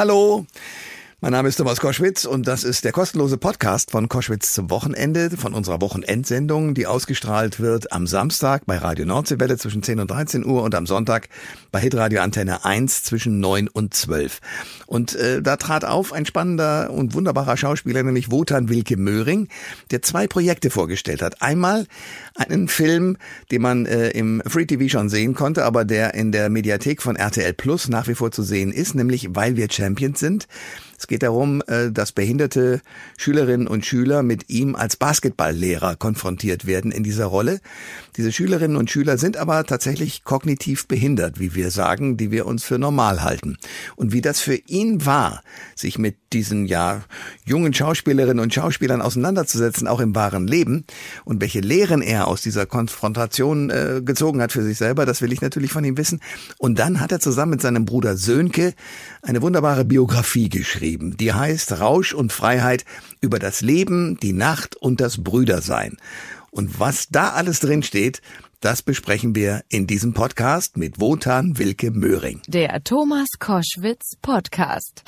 Hallo, mein Name ist Thomas Koschwitz und das ist der kostenlose Podcast von Koschwitz zum Wochenende, von unserer Wochenendsendung, die ausgestrahlt wird am Samstag bei Radio Nordseewelle zwischen 10 und 13 Uhr und am Sonntag bei Hitradio Antenne 1 zwischen 9 und 12. Und da trat auf ein spannender und wunderbarer Schauspieler, nämlich Wotan Wilke Möhring, der zwei Projekte vorgestellt hat. Einmal einen Film, den man im Free TV schon sehen konnte, aber der in der Mediathek von RTL Plus nach wie vor zu sehen ist, nämlich Weil wir Champions sind. Es geht darum, dass behinderte Schülerinnen und Schüler mit ihm als Basketballlehrer konfrontiert werden in dieser Rolle. Diese Schülerinnen und Schüler sind aber tatsächlich kognitiv behindert, wie wir sagen, die wir uns für normal halten. Und wie das für ihn war, sich mit diesen jungen Schauspielerinnen und Schauspielern auseinanderzusetzen, auch im wahren Leben, und welche Lehren er aus dieser Konfrontation gezogen hat für sich selber, das will ich natürlich von ihm wissen. Und dann hat er zusammen mit seinem Bruder Sönke eine wunderbare Biografie geschrieben. Die heißt Rausch und Freiheit über das Leben, die Nacht und das Brüdersein. Und was da alles drin steht, das besprechen wir in diesem Podcast mit Wotan Wilke Möhring. Der Thomas Koschwitz Podcast.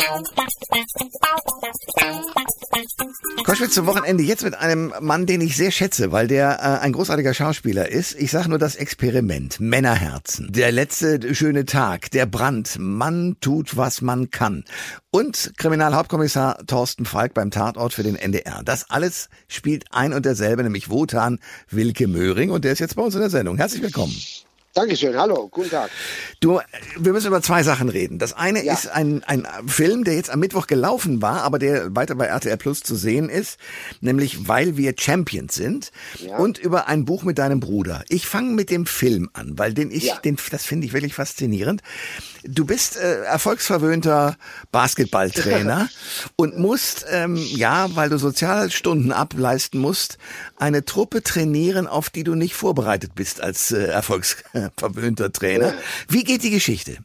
Koschwitz zum Wochenende jetzt mit einem Mann, den ich sehr schätze, weil der ein großartiger Schauspieler ist. Ich sage nur das Experiment, Männerherzen, der letzte schöne Tag, der Brand, man tut, was man kann. Und Kriminalhauptkommissar Thorsten Falk beim Tatort für den NDR. Das alles spielt ein und derselbe, nämlich Wotan Wilke Möhring. Und der ist jetzt bei uns in der Sendung. Herzlich willkommen. Dankeschön, hallo, guten Tag. Du, wir müssen über zwei Sachen reden. Das eine ist ein Film, der jetzt am Mittwoch gelaufen war, aber der weiter bei RTL Plus zu sehen ist, nämlich Weil wir Champions sind, und über ein Buch mit deinem Bruder. Ich fange mit dem Film an, weil das finde ich wirklich faszinierend. Du bist erfolgsverwöhnter Basketballtrainer und musst, weil du Sozialstunden ableisten musst, eine Truppe trainieren, auf die du nicht vorbereitet bist als erfolgsverwöhnter Trainer. Ja. Wie geht die Geschichte?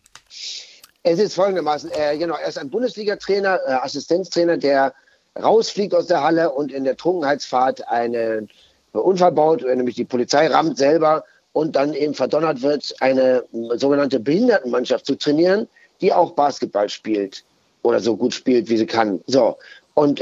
Es ist folgendermaßen, er ist ein Bundesliga-Trainer, Assistenztrainer, der rausfliegt aus der Halle und in der Trunkenheitsfahrt einen Unfall baut, nämlich die Polizei rammt selber und dann eben verdonnert wird, eine sogenannte Behindertenmannschaft zu trainieren, die auch Basketball spielt oder so gut spielt, wie sie kann. So, und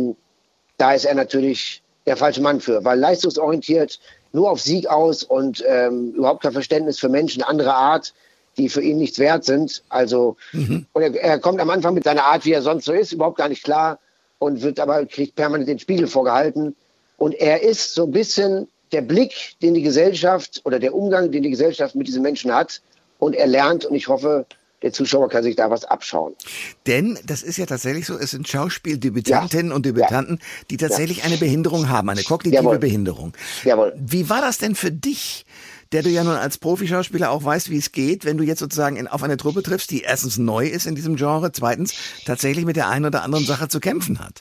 da ist er natürlich der falsche Mann für, weil leistungsorientiert, nur auf Sieg aus und überhaupt kein Verständnis für Menschen anderer Art, die für ihn nichts wert sind. Also, und er kommt am Anfang mit seiner Art, wie er sonst so ist, überhaupt gar nicht klar und kriegt permanent den Spiegel vorgehalten. Und er ist so ein bisschen der Blick, den die Gesellschaft oder der Umgang, den die Gesellschaft mit diesen Menschen hat. Und er lernt, und ich hoffe, der Zuschauer kann sich da was abschauen. Denn das ist ja tatsächlich so, es sind Schauspieldebütantinnen und Debütanten, die tatsächlich eine Behinderung haben, eine kognitive Behinderung. Jawohl. Wie war das denn für dich, der du ja nun als Profischauspieler auch weißt, wie es geht, wenn du jetzt sozusagen auf eine Truppe triffst, die erstens neu ist in diesem Genre, zweitens tatsächlich mit der einen oder anderen Sache zu kämpfen hat?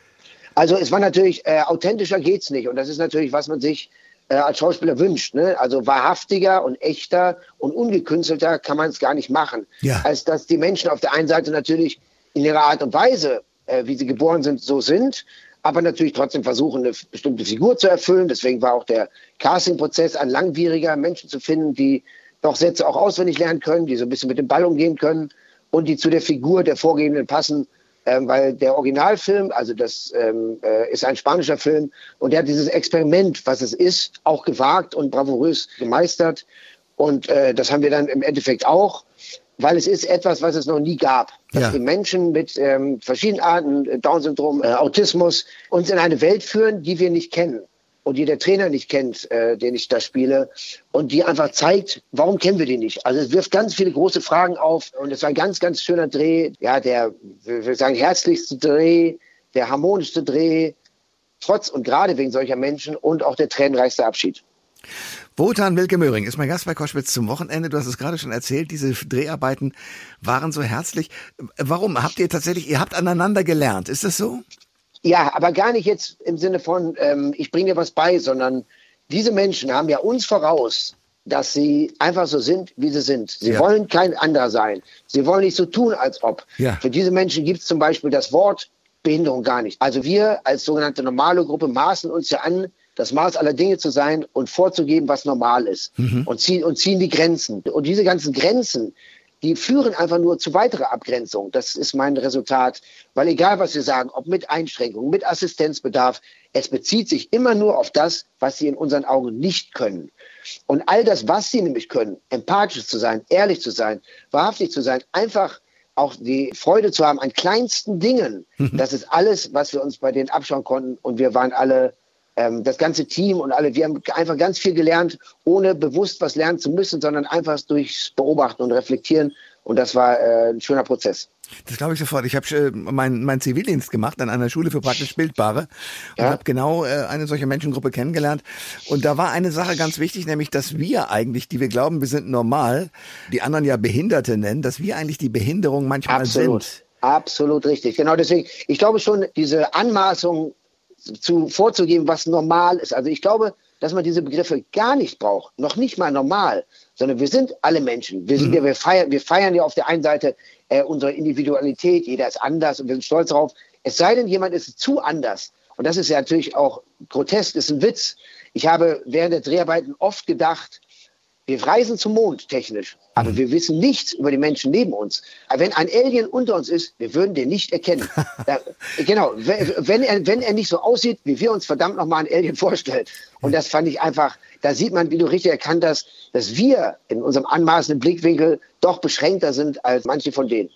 Also es war natürlich, authentischer geht's nicht. Und das ist natürlich, was man sich als Schauspieler wünscht. Ne? Also wahrhaftiger und echter und ungekünstelter kann man es gar nicht machen. Ja. Als dass die Menschen auf der einen Seite natürlich in ihrer Art und Weise, wie sie geboren sind, so sind, aber natürlich trotzdem versuchen, eine bestimmte Figur zu erfüllen. Deswegen war auch der Castingprozess ein langwieriger, Menschen zu finden, die doch Sätze auch auswendig lernen können, die so ein bisschen mit dem Ball umgehen können und die zu der Figur der Vorgebenden passen. Weil der Originalfilm, also das ist ein spanischer Film und der hat dieses Experiment, was es ist, auch gewagt und bravourös gemeistert und das haben wir dann im Endeffekt auch, weil es ist etwas, was es noch nie gab, dass die Menschen mit verschiedenen Arten, Down-Syndrom, Autismus uns in eine Welt führen, die wir nicht kennen und die der Trainer nicht kennt, den ich da spiele und die einfach zeigt, warum kennen wir die nicht. Also es wirft ganz viele große Fragen auf und es war ein ganz, ganz schöner Dreh, der, wir würde sagen, herzlichste Dreh, der harmonischste Dreh, trotz und gerade wegen solcher Menschen und auch der tränenreichste Abschied. Wotan Wilke Möhring ist mein Gast bei Koschwitz zum Wochenende. Du hast es gerade schon erzählt, diese Dreharbeiten waren so herzlich. Warum? Ihr habt aneinander gelernt, ist das so? Ja, aber gar nicht jetzt im Sinne von, ich bringe dir was bei, sondern diese Menschen haben ja uns voraus, dass sie einfach so sind, wie sie sind. Sie wollen kein anderer sein. Sie wollen nicht so tun, als ob. Ja. Für diese Menschen gibt es zum Beispiel das Wort Behinderung gar nicht. Also wir als sogenannte normale Gruppe maßen uns ja an, das Maß aller Dinge zu sein und vorzugeben, was normal ist. Und ziehen die Grenzen. Und diese ganzen Grenzen, die führen einfach nur zu weiterer Abgrenzung. Das ist mein Resultat. Weil egal, was wir sagen, ob mit Einschränkungen, mit Assistenzbedarf, es bezieht sich immer nur auf das, was sie in unseren Augen nicht können. Und all das, was sie nämlich können, empathisch zu sein, ehrlich zu sein, wahrhaftig zu sein, einfach auch die Freude zu haben an kleinsten Dingen, das ist alles, was wir uns bei denen abschauen konnten. Und wir waren alle, das ganze Team und alle, wir haben einfach ganz viel gelernt, ohne bewusst was lernen zu müssen, sondern einfach durchs Beobachten und Reflektieren. Und das war ein schöner Prozess. Das glaube ich sofort. Ich habe meinen Zivildienst gemacht an einer Schule für praktisch Bildbare und habe genau eine solche Menschengruppe kennengelernt. Und da war eine Sache ganz wichtig, nämlich, dass wir eigentlich, die wir glauben, wir sind normal, die anderen ja Behinderte nennen, dass wir eigentlich die Behinderung manchmal sind. Absolut richtig. Genau deswegen, ich glaube schon, diese Anmaßung vorzugeben, was normal ist. Also ich glaube, dass man diese Begriffe gar nicht braucht, noch nicht mal normal, sondern wir sind alle Menschen. Wir feiern ja auf der einen Seite unsere Individualität, jeder ist anders und wir sind stolz darauf. Es sei denn, jemand ist zu anders. Und das ist ja natürlich auch grotesk, ist ein Witz. Ich habe während der Dreharbeiten oft gedacht, wir reisen zum Mond technisch, aber wir wissen nichts über die Menschen neben uns. Wenn ein Alien unter uns ist, wir würden den nicht erkennen. Genau, wenn er nicht so aussieht, wie wir uns verdammt nochmal ein Alien vorstellen. Und das fand ich einfach, da sieht man, wie du richtig erkannt hast, dass wir in unserem anmaßenden Blickwinkel doch beschränkter sind als manche von denen.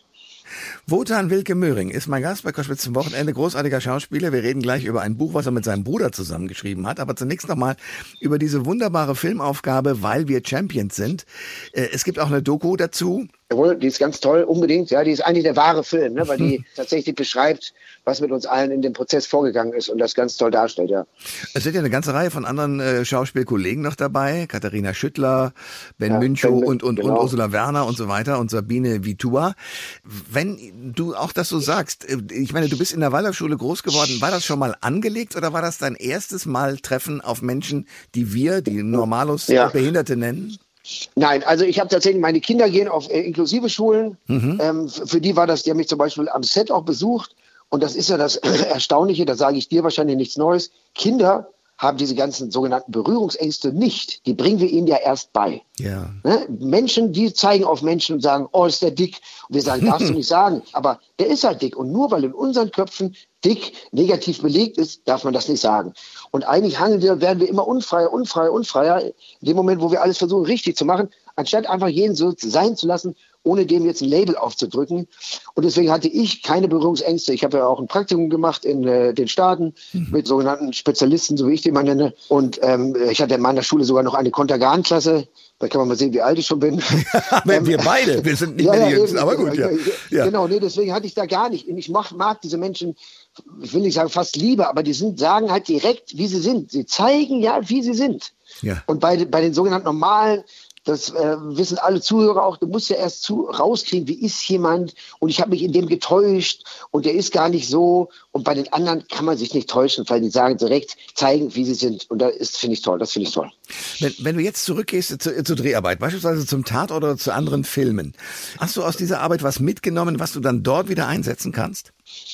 Wotan Wilke Möhring ist mein Gast bei Koschwitz zum Wochenende, großartiger Schauspieler. Wir reden gleich über ein Buch, was er mit seinem Bruder zusammengeschrieben hat. Aber zunächst nochmal über diese wunderbare Filmaufgabe, Weil wir Champions sind. Es gibt auch eine Doku dazu. Jawohl, die ist ganz toll, unbedingt. Ja, die ist eigentlich der wahre Film, ne, weil die tatsächlich beschreibt, was mit uns allen in dem Prozess vorgegangen ist und das ganz toll darstellt, ja. Es sind ja eine ganze Reihe von anderen Schauspielkollegen noch dabei. Katharina Schüttler, Ben Münchow und Ursula Werner und so weiter und Sabine Vitua. Wenn du auch das so sagst, ich meine, du bist in der Waldorfschule groß geworden. War das schon mal angelegt oder war das dein erstes Mal Treffen auf Menschen, die wir, die Normalos Behinderte nennen? Nein, also ich habe tatsächlich, meine Kinder gehen auf inklusive Schulen. Für die war das, die haben mich zum Beispiel am Set auch besucht. Und das ist ja das Erstaunliche, da sage ich dir wahrscheinlich nichts Neues. Kinder haben diese ganzen sogenannten Berührungsängste nicht. Die bringen wir ihnen ja erst bei. Ja. Ne? Menschen, die zeigen auf Menschen und sagen, oh, ist der dick. Und wir sagen, darfst du nicht sagen. Aber der ist halt dick. Und nur weil in unseren Köpfen dick negativ belegt ist, darf man das nicht sagen. Und eigentlich werden wir immer unfreier. In dem Moment, wo wir alles versuchen, richtig zu machen, anstatt einfach jeden so sein zu lassen, ohne dem jetzt ein Label aufzudrücken. Und deswegen hatte ich keine Berührungsängste. Ich habe ja auch ein Praktikum gemacht in den Staaten mit sogenannten Spezialisten, so wie ich die mal nenne. Und ich hatte in meiner Schule sogar noch eine Kontergan-Klasse. Da kann man mal sehen, wie alt ich schon bin. Wir beide, wir sind nicht mehr die Jüngsten, aber gut. Ja. Genau, nee, deswegen hatte ich da gar nicht. Und ich mag diese Menschen, ich will nicht sagen fast Liebe, aber die sagen halt direkt, wie sie sind. Sie zeigen ja, wie sie sind. Ja. Und bei den sogenannten normalen, das wissen alle Zuhörer auch, du musst ja erst rauskriegen, wie ist jemand und ich habe mich in dem getäuscht und der ist gar nicht so. Und bei den anderen kann man sich nicht täuschen, weil die sagen direkt, zeigen, wie sie sind. Und das finde ich toll. Wenn du jetzt zurückgehst zur Dreharbeit, beispielsweise zum Tatort oder zu anderen Filmen, hast du aus dieser Arbeit was mitgenommen, was du dann dort wieder einsetzen kannst?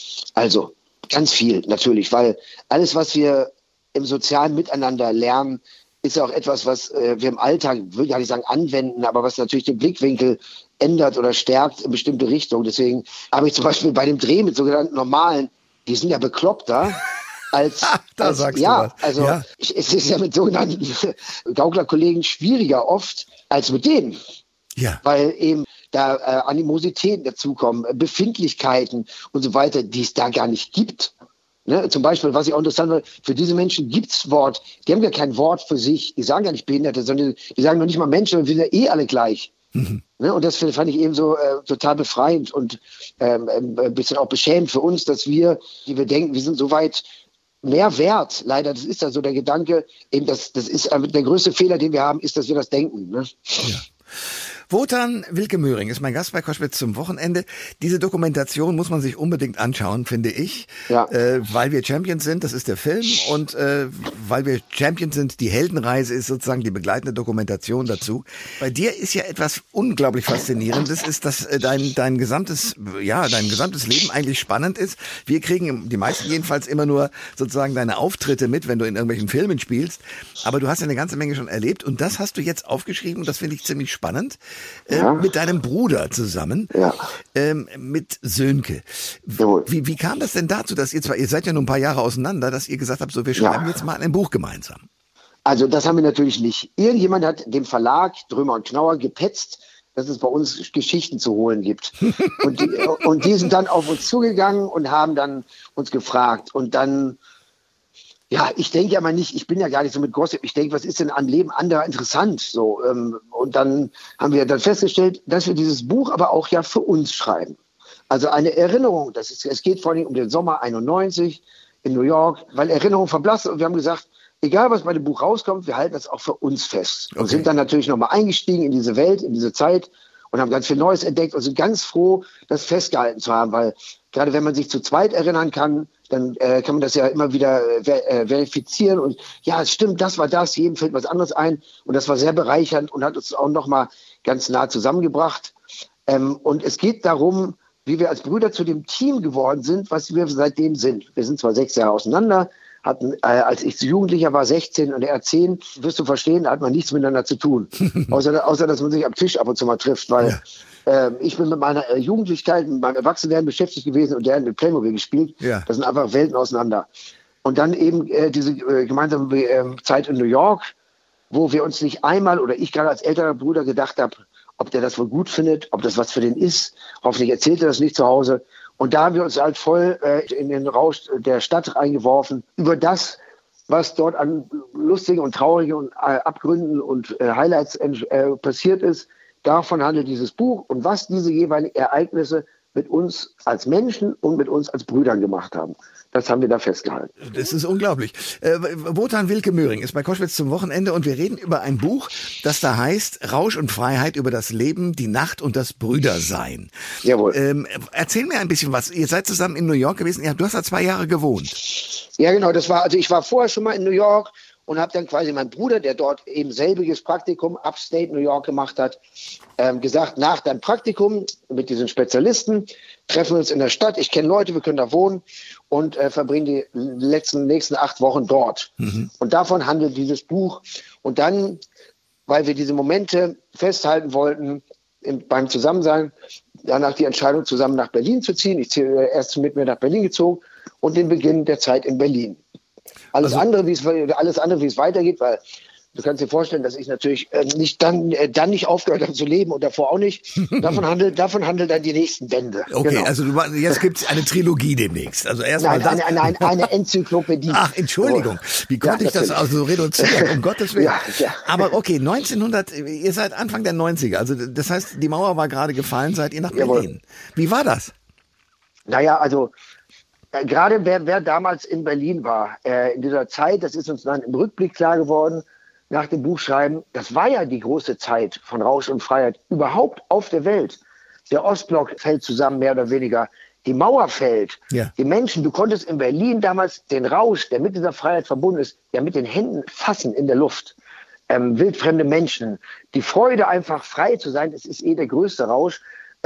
Also, ganz viel natürlich, weil alles, was wir im sozialen Miteinander lernen, ist ja auch etwas, was wir im Alltag, will gar nicht sagen anwenden, aber was natürlich den Blickwinkel ändert oder stärkt in bestimmte Richtungen. Deswegen habe ich zum Beispiel bei dem Dreh mit sogenannten Normalen, die sind ja bekloppter als sagst du was. Also ja. Es ist ja mit sogenannten Gauklerkollegen schwieriger oft als mit denen. Ja. Weil eben da Animositäten dazukommen, Befindlichkeiten und so weiter, die es da gar nicht gibt. Ne, zum Beispiel, was ich auch interessant finde, für diese Menschen gibt's Wort. Die haben ja kein Wort für sich. Die sagen ja nicht Behinderte, sondern die sagen noch nicht mal Menschen, wir sind ja alle gleich. Ne, und das fand ich eben so total befreiend und ein bisschen auch beschämend für uns, dass wir, die wir denken, wir sind so weit mehr wert. Leider, das ist ja so der Gedanke, eben das ist der größte Fehler, den wir haben, ist, dass wir das denken. Ne? Ja. Wotan Wilke Möhring ist mein Gast bei Koschwitz zum Wochenende. Diese Dokumentation muss man sich unbedingt anschauen, finde ich. Ja. Weil wir Champions sind, das ist der Film. Und weil wir Champions sind, die Heldenreise ist sozusagen die begleitende Dokumentation dazu. Bei dir ist ja etwas unglaublich Faszinierendes, ist, dass dein gesamtes Leben eigentlich spannend ist. Wir kriegen, die meisten jedenfalls, immer nur sozusagen deine Auftritte mit, wenn du in irgendwelchen Filmen spielst. Aber du hast ja eine ganze Menge schon erlebt und das hast du jetzt aufgeschrieben und das finde ich ziemlich spannend. mit deinem Bruder zusammen, mit Sönke. Wie kam das denn dazu, dass ihr seid ja nur ein paar Jahre auseinander, dass ihr gesagt habt, so wir schreiben jetzt mal ein Buch gemeinsam? Also das haben wir natürlich nicht. Irgendjemand hat dem Verlag Drömer und Knauer gepetzt, dass es bei uns Geschichten zu holen gibt. Und die sind dann auf uns zugegangen und haben dann uns gefragt. Und dann, ich denke ja mal nicht, ich bin ja gar nicht so mit Gossip. Ich denke, was ist denn am Leben anderer interessant? So, und dann haben wir dann festgestellt, dass wir dieses Buch aber auch ja für uns schreiben. Also eine Erinnerung, es geht vor allem um den Sommer 91 in New York, weil Erinnerungen verblassen. Und wir haben gesagt, egal, was bei dem Buch rauskommt, wir halten das auch für uns fest. Und sind dann natürlich nochmal eingestiegen in diese Welt, in diese Zeit und haben ganz viel Neues entdeckt und sind ganz froh, das festgehalten zu haben, weil gerade wenn man sich zu zweit erinnern kann, dann kann man das ja immer wieder verifizieren und ja, es stimmt, das war das, jedem fällt was anderes ein und das war sehr bereichernd und hat uns auch nochmal ganz nah zusammengebracht. Und es geht darum, wie wir als Brüder zu dem Team geworden sind, was wir seitdem sind. Wir sind zwar 6 Jahre auseinander, hatten, als ich Jugendlicher war, 16 und er 10, wirst du verstehen, da hat man nichts miteinander zu tun. außer dass man sich am Tisch ab und zu mal trifft, weil ich bin mit meiner Jugendlichkeit, mit meinem Erwachsenwerden beschäftigt gewesen und der hat mit Playmobil gespielt. Ja. Das sind einfach Welten auseinander. Und dann eben diese gemeinsame Zeit in New York, wo wir uns nicht einmal, oder ich gerade als älterer Bruder gedacht habe, ob der das wohl gut findet, ob das was für den ist. Hoffentlich erzählt er das nicht zu Hause. Und da haben wir uns halt voll in den Rausch der Stadt reingeworfen, über das, was dort an lustigen und traurigen Abgründen und Highlights passiert ist. Davon handelt dieses Buch und was diese jeweiligen Ereignisse mit uns als Menschen und mit uns als Brüdern gemacht haben. Das haben wir da festgehalten. Das ist unglaublich. Wotan Wilke Möhring ist bei Koschwitz zum Wochenende und wir reden über ein Buch, das da heißt Rausch und Freiheit über das Leben, die Nacht und das Brüdersein. Jawohl. Erzähl mir ein bisschen was. Ihr seid zusammen in New York gewesen. Du hast da 2 Jahre gewohnt. Ja, genau. Ich war vorher schon mal in New York und habe dann quasi meinen Bruder, der dort eben selbiges Praktikum Upstate New York gemacht hat, gesagt, nach deinem Praktikum mit diesen Spezialisten treffen wir uns in der Stadt. Ich kenne Leute, wir können da wohnen und verbringen die nächsten 8 Wochen dort. Und davon handelt dieses Buch. Und dann, weil wir diese Momente festhalten wollten beim Zusammensein, danach die Entscheidung, zusammen nach Berlin zu ziehen. Ich bin erst mit mir nach Berlin gezogen und den Beginn der Zeit in Berlin. Alles andere, wie es weitergeht, weil du kannst dir vorstellen, dass ich natürlich dann nicht aufgehört habe zu leben und davor auch nicht. Davon handelt dann die nächsten Bände. Okay, genau. Also jetzt gibt's eine Trilogie demnächst. Also erstmal eine Enzyklopädie. Ach, Entschuldigung. Wie konnte ich das also reduzieren? Um Gottes Willen. Ja. Aber okay, 1900, ihr seid Anfang der 90er. Also das heißt, die Mauer war gerade gefallen, seid ihr nach Berlin. Jawohl. Wie war das? Naja, also gerade wer damals in Berlin war, in dieser Zeit, das ist uns dann im Rückblick klar geworden, nach dem Buchschreiben, das war ja die große Zeit von Rausch und Freiheit überhaupt auf der Welt. Der Ostblock fällt zusammen, mehr oder weniger. Die Mauer fällt. Ja. Die Menschen, du konntest in Berlin damals den Rausch, der mit dieser Freiheit verbunden ist, ja mit den Händen fassen in der Luft. Wildfremde Menschen. Die Freude, einfach frei zu sein, das ist der größte Rausch.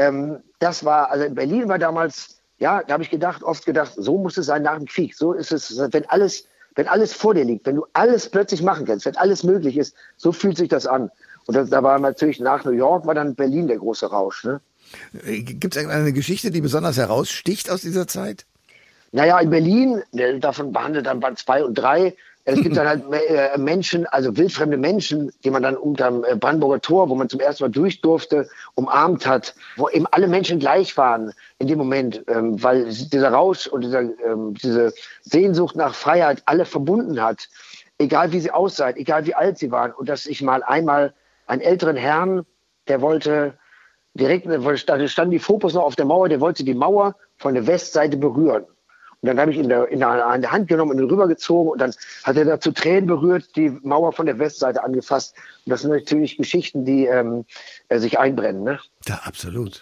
Also in Berlin war damals, da habe ich oft gedacht, so muss es sein nach dem Krieg. So ist es, wenn alles vor dir liegt, wenn du alles plötzlich machen kannst, wenn alles möglich ist, so fühlt sich das an. Und da war natürlich nach New York, war dann Berlin der große Rausch. Ne? Gibt es eine Geschichte, die besonders heraussticht aus dieser Zeit? Naja, in Berlin, davon behandelt dann Band 2 und 3, es gibt dann halt Menschen, also wildfremde Menschen, die man dann unterm Brandenburger Tor, wo man zum ersten Mal durch durfte, umarmt hat, wo eben alle Menschen gleich waren in dem Moment, weil dieser Rausch und diese Sehnsucht nach Freiheit alle verbunden hat, egal wie sie aussahen, egal wie alt sie waren. Und dass ich mal einmal einen älteren Herrn, der wollte direkt, da standen die Fotos noch auf der Mauer, der wollte die Mauer von der Westseite berühren. Und dann habe ich ihn in der Hand genommen und ihn rübergezogen und dann hat er da zu Tränen berührt, die Mauer von der Westseite angefasst. Und das sind natürlich Geschichten, die sich einbrennen. Ne? Ja, absolut.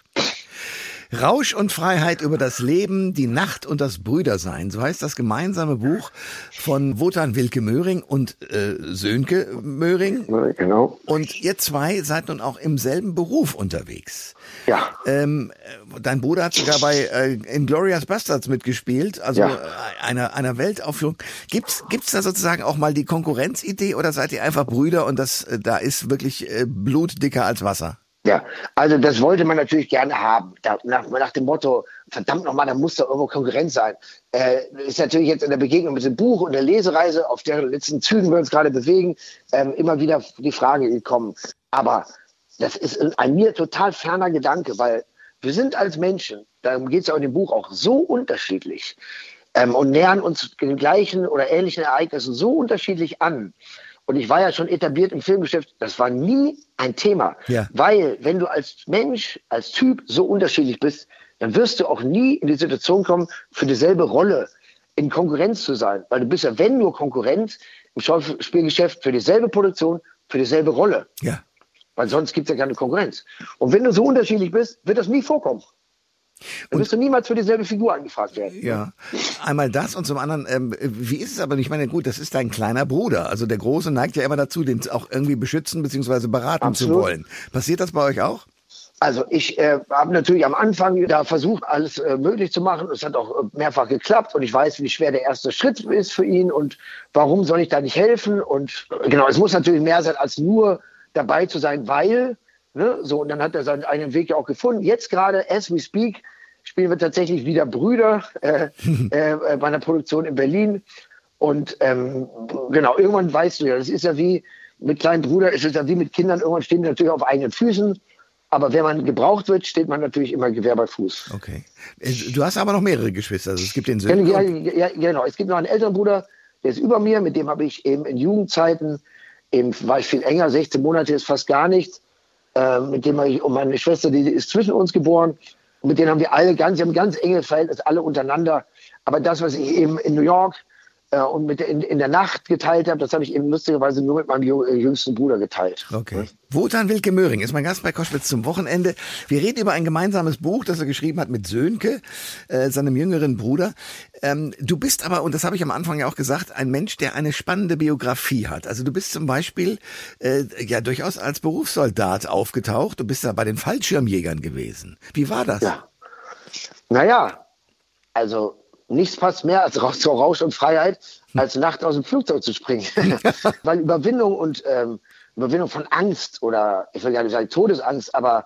Rausch und Freiheit über das Leben, die Nacht und das Brüdersein. So heißt das gemeinsame Buch von Wotan Wilke Möhring und Sönke Möhring. Genau. Und ihr 2 seid nun auch im selben Beruf unterwegs. Ja. Dein Bruder hat sogar bei Inglourious Basterds mitgespielt, also einer Weltaufführung. Gibt's da sozusagen auch mal die Konkurrenzidee oder seid ihr einfach Brüder und da ist wirklich Blut dicker als Wasser? Ja, also das wollte man natürlich gerne haben. Nach dem Motto, verdammt nochmal, da muss doch irgendwo Konkurrenz sein. Ist natürlich jetzt in der Begegnung mit dem Buch und der Lesereise, auf deren letzten Zügen wir uns gerade bewegen, immer wieder die Frage gekommen. Aber das ist ein mir total ferner Gedanke, weil wir sind als Menschen, darum geht es ja auch in dem Buch auch, so unterschiedlich und nähern uns den gleichen oder ähnlichen Ereignissen so unterschiedlich an. Und ich war ja schon etabliert im Filmgeschäft, das war nie ein Thema. Ja. Weil wenn du als Mensch, als Typ so unterschiedlich bist, dann wirst du auch nie in die Situation kommen, für dieselbe Rolle in Konkurrenz zu sein. Weil du bist ja, wenn nur Konkurrent im Schauspielgeschäft für dieselbe Produktion, für dieselbe Rolle. Ja. Weil sonst gibt es ja keine Konkurrenz. Und wenn du so unterschiedlich bist, wird das nie vorkommen. Dann wirst du niemals für dieselbe Figur angefragt werden. Ja, einmal das und zum anderen, wie ist es aber, ich meine, gut, das ist dein kleiner Bruder. Also der Große neigt ja immer dazu, den auch irgendwie beschützen bzw. beraten Absolut. Zu wollen. Passiert das bei euch auch? Also ich habe natürlich am Anfang da versucht, alles möglich zu machen. Es hat auch mehrfach geklappt und ich weiß, wie schwer der erste Schritt ist für ihn und warum soll ich da nicht helfen. Und genau, es muss natürlich mehr sein, als nur dabei zu sein, weil... Ne, so, und dann hat er seinen eigenen Weg ja auch gefunden. Jetzt gerade, as we speak, spielen wir tatsächlich wieder Brüder bei einer Produktion in Berlin. Und genau, irgendwann weißt du ja, das ist ja wie mit kleinen Brüdern, ist es ja wie mit Kindern, irgendwann stehen die natürlich auf eigenen Füßen. Aber wenn man gebraucht wird, steht man natürlich immer Gewehr bei Fuß. Okay. Du hast aber noch mehrere Geschwister. Also es gibt den Söhne. Ja, genau. Es gibt noch einen älteren Bruder, der ist über mir. Mit dem habe ich eben in Jugendzeiten, war ich viel enger, 16 Monate ist fast gar nichts. Mit dem und meine Schwester, die ist zwischen uns geboren. Und mit denen haben wir alle haben ein ganz enge Verhältnis, alle untereinander. Aber das, was ich eben in New York und in der Nacht geteilt habe, das habe ich eben lustigerweise nur mit meinem jüngsten Bruder geteilt. Okay. Wotan Wilke Möhring ist mein Gast bei Koschwitz zum Wochenende. Wir reden über ein gemeinsames Buch, das er geschrieben hat mit Sönke, seinem jüngeren Bruder. Du bist aber, und das habe ich am Anfang ja auch gesagt, ein Mensch, der eine spannende Biografie hat. Also du bist zum Beispiel ja durchaus als Berufssoldat aufgetaucht. Du bist da bei den Fallschirmjägern gewesen. Wie war das? Ja. Naja, also nichts passt mehr als zur Rausch und Freiheit, als nachts aus dem Flugzeug zu springen. Weil Überwindung und Überwindung von Angst oder ich will gar nicht sagen Todesangst, aber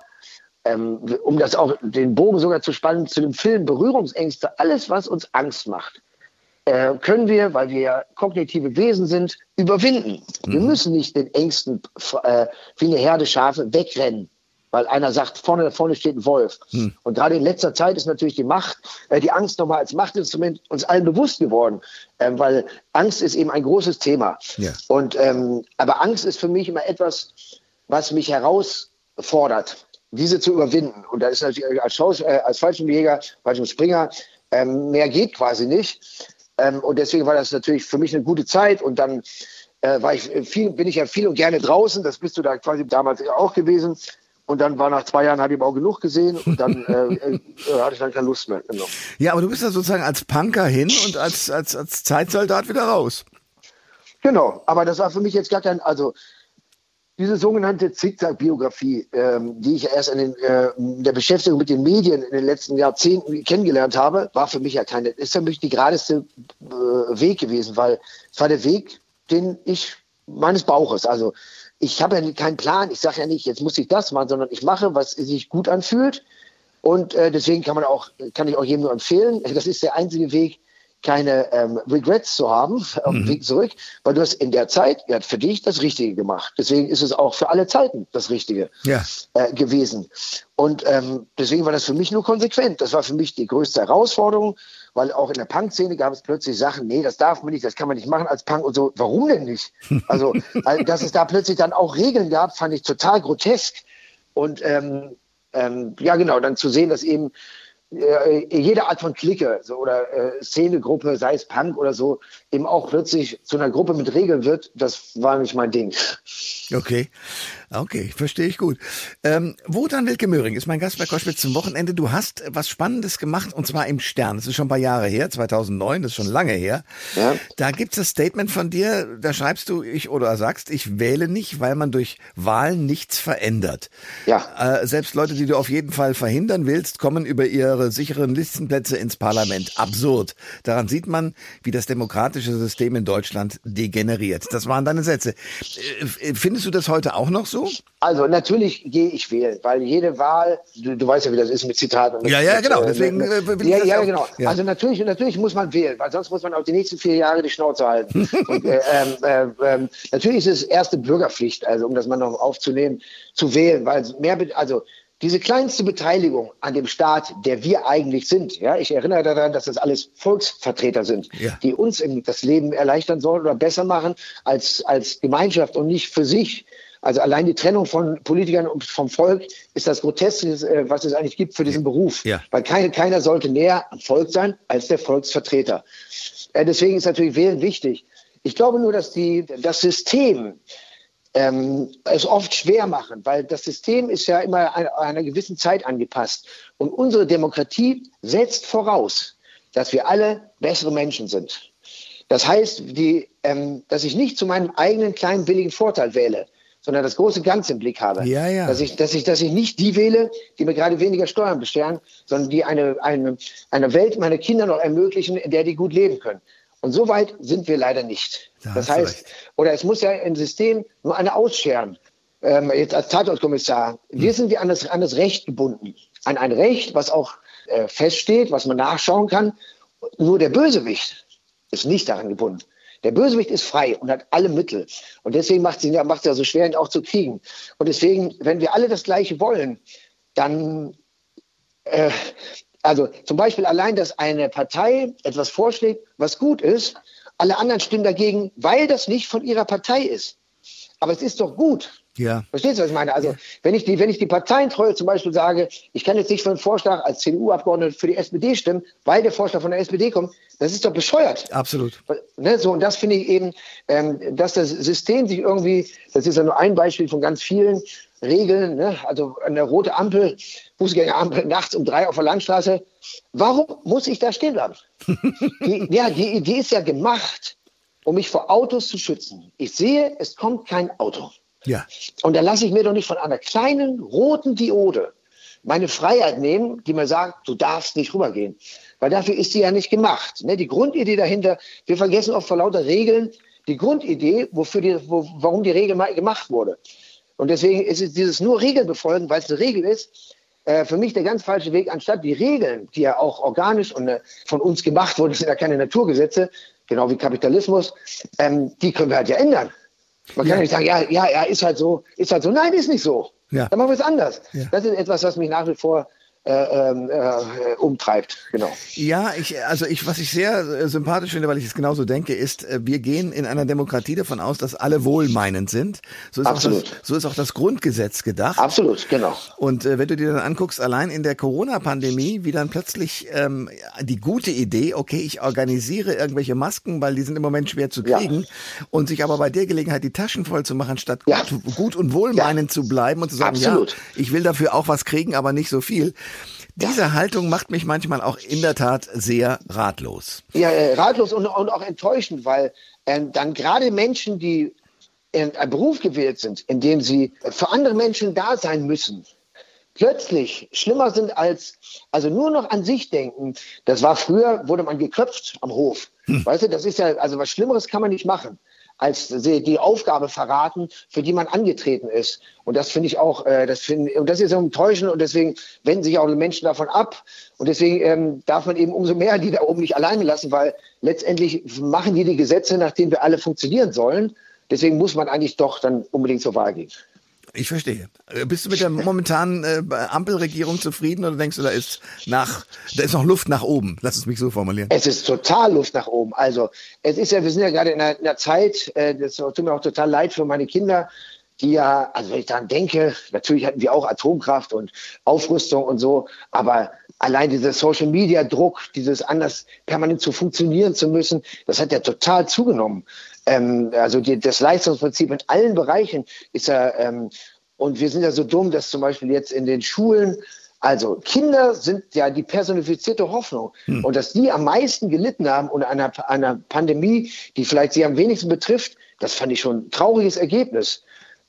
um das auch den Bogen sogar zu spannen zu dem Film Berührungsängste, alles was uns Angst macht, können wir, weil wir ja kognitive Wesen sind, überwinden. Wir müssen nicht den Ängsten wie eine Herde Schafe wegrennen. Weil einer sagt, vorne steht ein Wolf. Und gerade in letzter Zeit ist natürlich die Angst nochmal als Machtinstrument uns allen bewusst geworden. Weil Angst ist eben ein großes Thema. Ja. Und, aber Angst ist für mich immer etwas, was mich herausfordert, diese zu überwinden. Und da ist natürlich als Fallschirmjäger, Fallschirmspringer, mehr geht quasi nicht. Und deswegen war das natürlich für mich eine gute Zeit. Und dann bin ich ja viel und gerne draußen. Das bist du da quasi damals auch gewesen. Und dann war nach 2 Jahren, habe ich auch genug gesehen und dann hatte ich dann keine Lust mehr. Genau. Ja, aber du bist ja sozusagen als Punker hin und als Zeitsoldat wieder raus. Genau, aber das war für mich jetzt gar kein, also diese sogenannte Zickzack-Biografie, die ich ja erst in der Beschäftigung mit den Medien in den letzten Jahrzehnten kennengelernt habe, war für mich ja ist für mich die geradeste Weg gewesen, weil es war der Weg, meines Bauches, also ich habe ja keinen Plan, ich sage ja nicht, jetzt muss ich das machen, sondern ich mache, was sich gut anfühlt. Und deswegen kann ich auch jedem nur empfehlen, das ist der einzige Weg, keine Regrets zu haben auf dem Weg zurück, weil du hast in der Zeit für dich das Richtige gemacht. Deswegen ist es auch für alle Zeiten das Richtige gewesen. Und deswegen war das für mich nur konsequent. Das war für mich die größte Herausforderung, weil auch in der Punk-Szene gab es plötzlich Sachen, nee, das darf man nicht, das kann man nicht machen als Punk und so. Warum denn nicht? Also, dass es da plötzlich dann auch Regeln gab, fand ich total grotesk. Und ja genau, dann zu sehen, dass eben jede Art von Clique oder Szenegruppe, sei es Punk oder so, eben auch plötzlich zu einer Gruppe mit Regeln wird, das war nicht mein Ding. Okay, verstehe ich gut. Wotan Wilke Möhring ist mein Gast bei Koschwitz zum Wochenende. Du hast was Spannendes gemacht und zwar im Stern. Das ist schon ein paar Jahre her, 2009, das ist schon lange her. Ja. Da gibt's das Statement von dir, da schreibst du, ich wähle nicht, weil man durch Wahlen nichts verändert. Ja. Selbst Leute, die du auf jeden Fall verhindern willst, kommen über ihre sicheren Listenplätze ins Parlament. Absurd. Daran sieht man, wie das demokratische System in Deutschland degeneriert. Das waren deine Sätze. Findest du das heute auch noch so? so? Also natürlich gehe ich wählen, weil jede Wahl, du weißt ja, wie das ist mit Zitaten. Genau. Deswegen will ich das genau. Ja. Also natürlich muss man wählen, weil sonst muss man auch die nächsten 4 Jahre die Schnauze halten. Und, natürlich ist es erste Bürgerpflicht, also um das mal noch aufzunehmen, zu wählen, weil diese kleinste Beteiligung an dem Staat, der wir eigentlich sind, ja, ich erinnere daran, dass das alles Volksvertreter sind, die uns das Leben erleichtern sollen oder besser machen als Gemeinschaft und nicht für sich. Also allein die Trennung von Politikern und vom Volk ist das Groteskeste, was es eigentlich gibt für diesen Beruf. Ja. Weil keiner sollte näher am Volk sein als der Volksvertreter. Deswegen ist natürlich Wählen wichtig. Ich glaube nur, dass das System es oft schwer machen, weil das System ist ja immer einer gewissen Zeit angepasst. Und unsere Demokratie setzt voraus, dass wir alle bessere Menschen sind. Das heißt, dass ich nicht zu meinem eigenen kleinen billigen Vorteil wähle, sondern das große Ganze im Blick habe. Ja. Dass ich nicht die wähle, die mir gerade weniger Steuern bescheren, sondern die eine Welt meiner Kinder noch ermöglichen, in der die gut leben können. Und so weit sind wir leider nicht. Das heißt, oder es muss ja im System nur eine ausscheren. Jetzt als Tatortkommissar, wir sind an das Recht gebunden. An ein Recht, was auch feststeht, was man nachschauen kann. Nur der Bösewicht ist nicht daran gebunden. Der Bösewicht ist frei und hat alle Mittel. Und deswegen macht es ja so schwer, ihn auch zu kriegen. Und deswegen, wenn wir alle das Gleiche wollen, dann also zum Beispiel allein, dass eine Partei etwas vorschlägt, was gut ist, alle anderen stimmen dagegen, weil das nicht von ihrer Partei ist. Aber es ist doch gut. Ja. Verstehst du, was ich meine? Also wenn ich die Parteientreue zum Beispiel sage, ich kann jetzt nicht für einen Vorschlag als CDU-Abgeordneter für die SPD stimmen, weil der Vorschlag von der SPD kommt, das ist doch bescheuert. Absolut. Ne, so, und das finde ich eben, dass das System sich irgendwie, das ist ja nur ein Beispiel von ganz vielen Regeln, ne? Also eine rote Ampel, Fußgängerampel nachts um 3 auf der Landstraße. Warum muss ich da stehen bleiben? Die ist ja gemacht, um mich vor Autos zu schützen. Ich sehe, es kommt kein Auto. Ja. Und dann lasse ich mir doch nicht von einer kleinen roten Diode meine Freiheit nehmen, die mir sagt, du darfst nicht rübergehen. Weil dafür ist sie ja nicht gemacht. Ne? Die Grundidee dahinter, wir vergessen oft vor lauter Regeln die Grundidee, warum die Regel mal gemacht wurde. Und deswegen ist es dieses nur Regeln befolgen, weil es eine Regel ist, für mich der ganz falsche Weg, anstatt die Regeln, die ja auch organisch und von uns gemacht wurden, das sind ja keine Naturgesetze, genau wie Kapitalismus, die können wir halt ja ändern. Man kann ja nicht sagen, ja, ist halt so. Nein, ist nicht so. Ja. Dann machen wir es anders. Ja. Das ist etwas, was mich nach wie vor umtreibt, genau. Ja, was ich sehr sympathisch finde, weil ich es genauso denke, ist, wir gehen in einer Demokratie davon aus, dass alle wohlmeinend sind. So ist auch das Grundgesetz gedacht. Absolut, genau. Und wenn du dir dann anguckst, allein in der Corona-Pandemie, wie dann plötzlich die gute Idee, okay, ich organisiere irgendwelche Masken, weil die sind im Moment schwer zu kriegen, und sich aber bei der Gelegenheit die Taschen voll zu machen, statt gut und wohlmeinend zu bleiben und zu sagen, ich will dafür auch was kriegen, aber nicht so viel. Diese Haltung macht mich manchmal auch in der Tat sehr ratlos. Ja, ratlos und auch enttäuschend, weil dann gerade Menschen, die in einen Beruf gewählt sind, in dem sie für andere Menschen da sein müssen, plötzlich schlimmer sind also nur noch an sich denken. Das war früher, wurde man geköpft am Hof. Weißt du, das ist ja, also was Schlimmeres kann man nicht machen, als die Aufgabe verraten, für die man angetreten ist. Und das finde ich auch, und das ist so enttäuschend, und deswegen wenden sich auch die Menschen davon ab. Und deswegen darf man eben umso mehr die da oben nicht alleine lassen, weil letztendlich machen die Gesetze, nach denen wir alle funktionieren sollen. Deswegen muss man eigentlich doch dann unbedingt zur Wahl gehen. Ich verstehe. Bist du mit der momentanen Ampelregierung zufrieden, oder denkst du, da ist noch Luft nach oben? Lass es mich so formulieren. Es ist total Luft nach oben. Also wir sind ja gerade in einer Zeit, das tut mir auch total leid für meine Kinder, die ja, also wenn ich daran denke, natürlich hatten wir auch Atomkraft und Aufrüstung und so, aber allein dieser Social-Media-Druck, dieses anders permanent zu funktionieren zu müssen, das hat ja total zugenommen. Also das Leistungsprinzip in allen Bereichen ist ja, und wir sind ja so dumm, dass zum Beispiel jetzt in den Schulen, also Kinder sind ja die personifizierte Hoffnung, und dass die am meisten gelitten haben unter einer Pandemie, die vielleicht sie am wenigsten betrifft, das fand ich schon ein trauriges Ergebnis.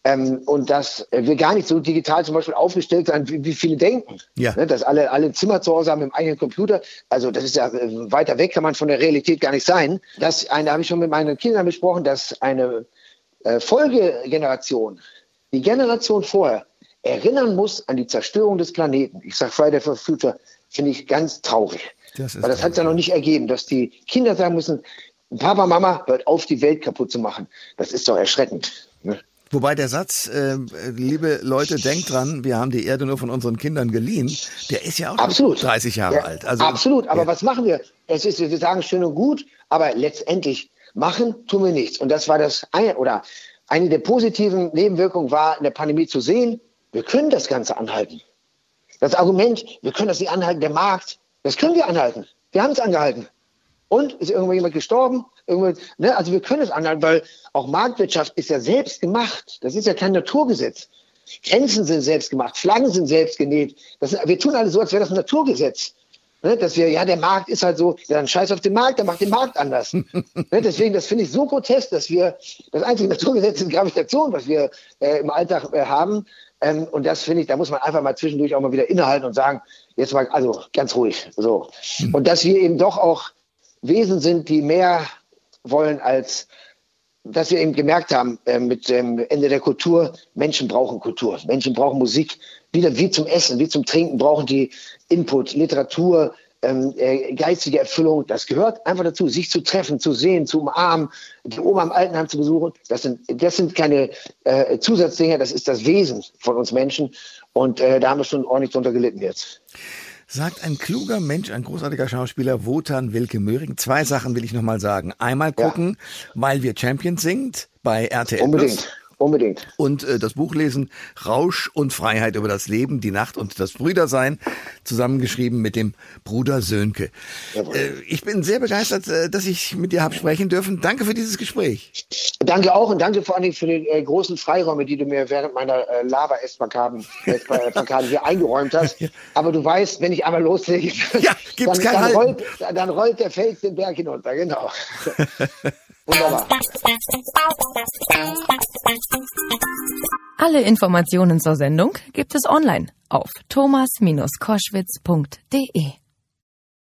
Und dass wir gar nicht so digital zum Beispiel aufgestellt sind, wie viele denken. Ja. Ne, dass alle Zimmer zu Hause haben mit dem eigenen Computer. Also das ist ja weiter weg, kann man von der Realität gar nicht sein. Da habe ich schon mit meinen Kindern besprochen, dass eine Folgegeneration die Generation vorher erinnern muss an die Zerstörung des Planeten. Ich sage Friday for Future, finde ich ganz traurig. Weil das hat es ja noch nicht ergeben, dass die Kinder sagen müssen, Papa, Mama, hört auf, die Welt kaputt zu machen. Das ist doch erschreckend. Ne? Wobei der Satz, liebe Leute, denkt dran, wir haben die Erde nur von unseren Kindern geliehen, der ist ja auch absolut 30 Jahre alt. Also, absolut, aber was machen wir? Wir sagen schön und gut, aber letztendlich machen tun wir nichts. Und das war eine der positiven Nebenwirkungen war in der Pandemie zu sehen, wir können das Ganze anhalten. Das Argument, wir können das nicht anhalten, der Markt, das können wir anhalten. Wir haben es angehalten. Und ist irgendwo jemand gestorben? Also wir können es anhalten, weil auch Marktwirtschaft ist ja selbst gemacht. Das ist ja kein Naturgesetz. Grenzen sind selbst gemacht, Flaggen sind selbst genäht. Wir tun alles so, als wäre das ein Naturgesetz. Dass der Markt ist halt so, dann scheiß auf den Markt, dann macht den Markt anders. Deswegen, das finde ich so grotesk, dass wir, das einzige Naturgesetz ist Gravitation, was wir im Alltag haben. Und das finde ich, da muss man einfach mal zwischendurch auch mal wieder innehalten und sagen, jetzt mal, also ganz ruhig. So. Und dass wir eben doch auch Wesen sind, die mehr wollen, als dass wir eben gemerkt haben mit dem Ende der Kultur, Menschen brauchen Kultur, Menschen brauchen Musik, wie zum Essen, wie zum Trinken brauchen die Input, Literatur, geistige Erfüllung, das gehört einfach dazu, sich zu treffen, zu sehen, zu umarmen, die Oma im Altenheim zu besuchen, das sind keine Zusatzdinge, das ist das Wesen von uns Menschen und da haben wir schon ordentlich drunter gelitten jetzt. Sagt ein kluger Mensch, ein großartiger Schauspieler, Wotan Wilke Möhring. 2 Sachen will ich noch mal sagen. Einmal gucken, weil wir Champions singt bei RTL+. Unbedingt. Und das Buch lesen, Rausch und Freiheit über das Leben, die Nacht und das Brüdersein, zusammengeschrieben mit dem Bruder Sönke. Ich bin sehr begeistert, dass ich mit dir habe sprechen dürfen. Danke für dieses Gespräch. Danke auch und danke vor allen Dingen für die großen Freiräume, die du mir während meiner Lava-Essblockaden hier eingeräumt hast. Aber du weißt, wenn ich einmal loslege, dann rollt der Fels den Berg hinunter. Genau. Wunderbar. Alle Informationen zur Sendung gibt es online auf thomas-koschwitz.de.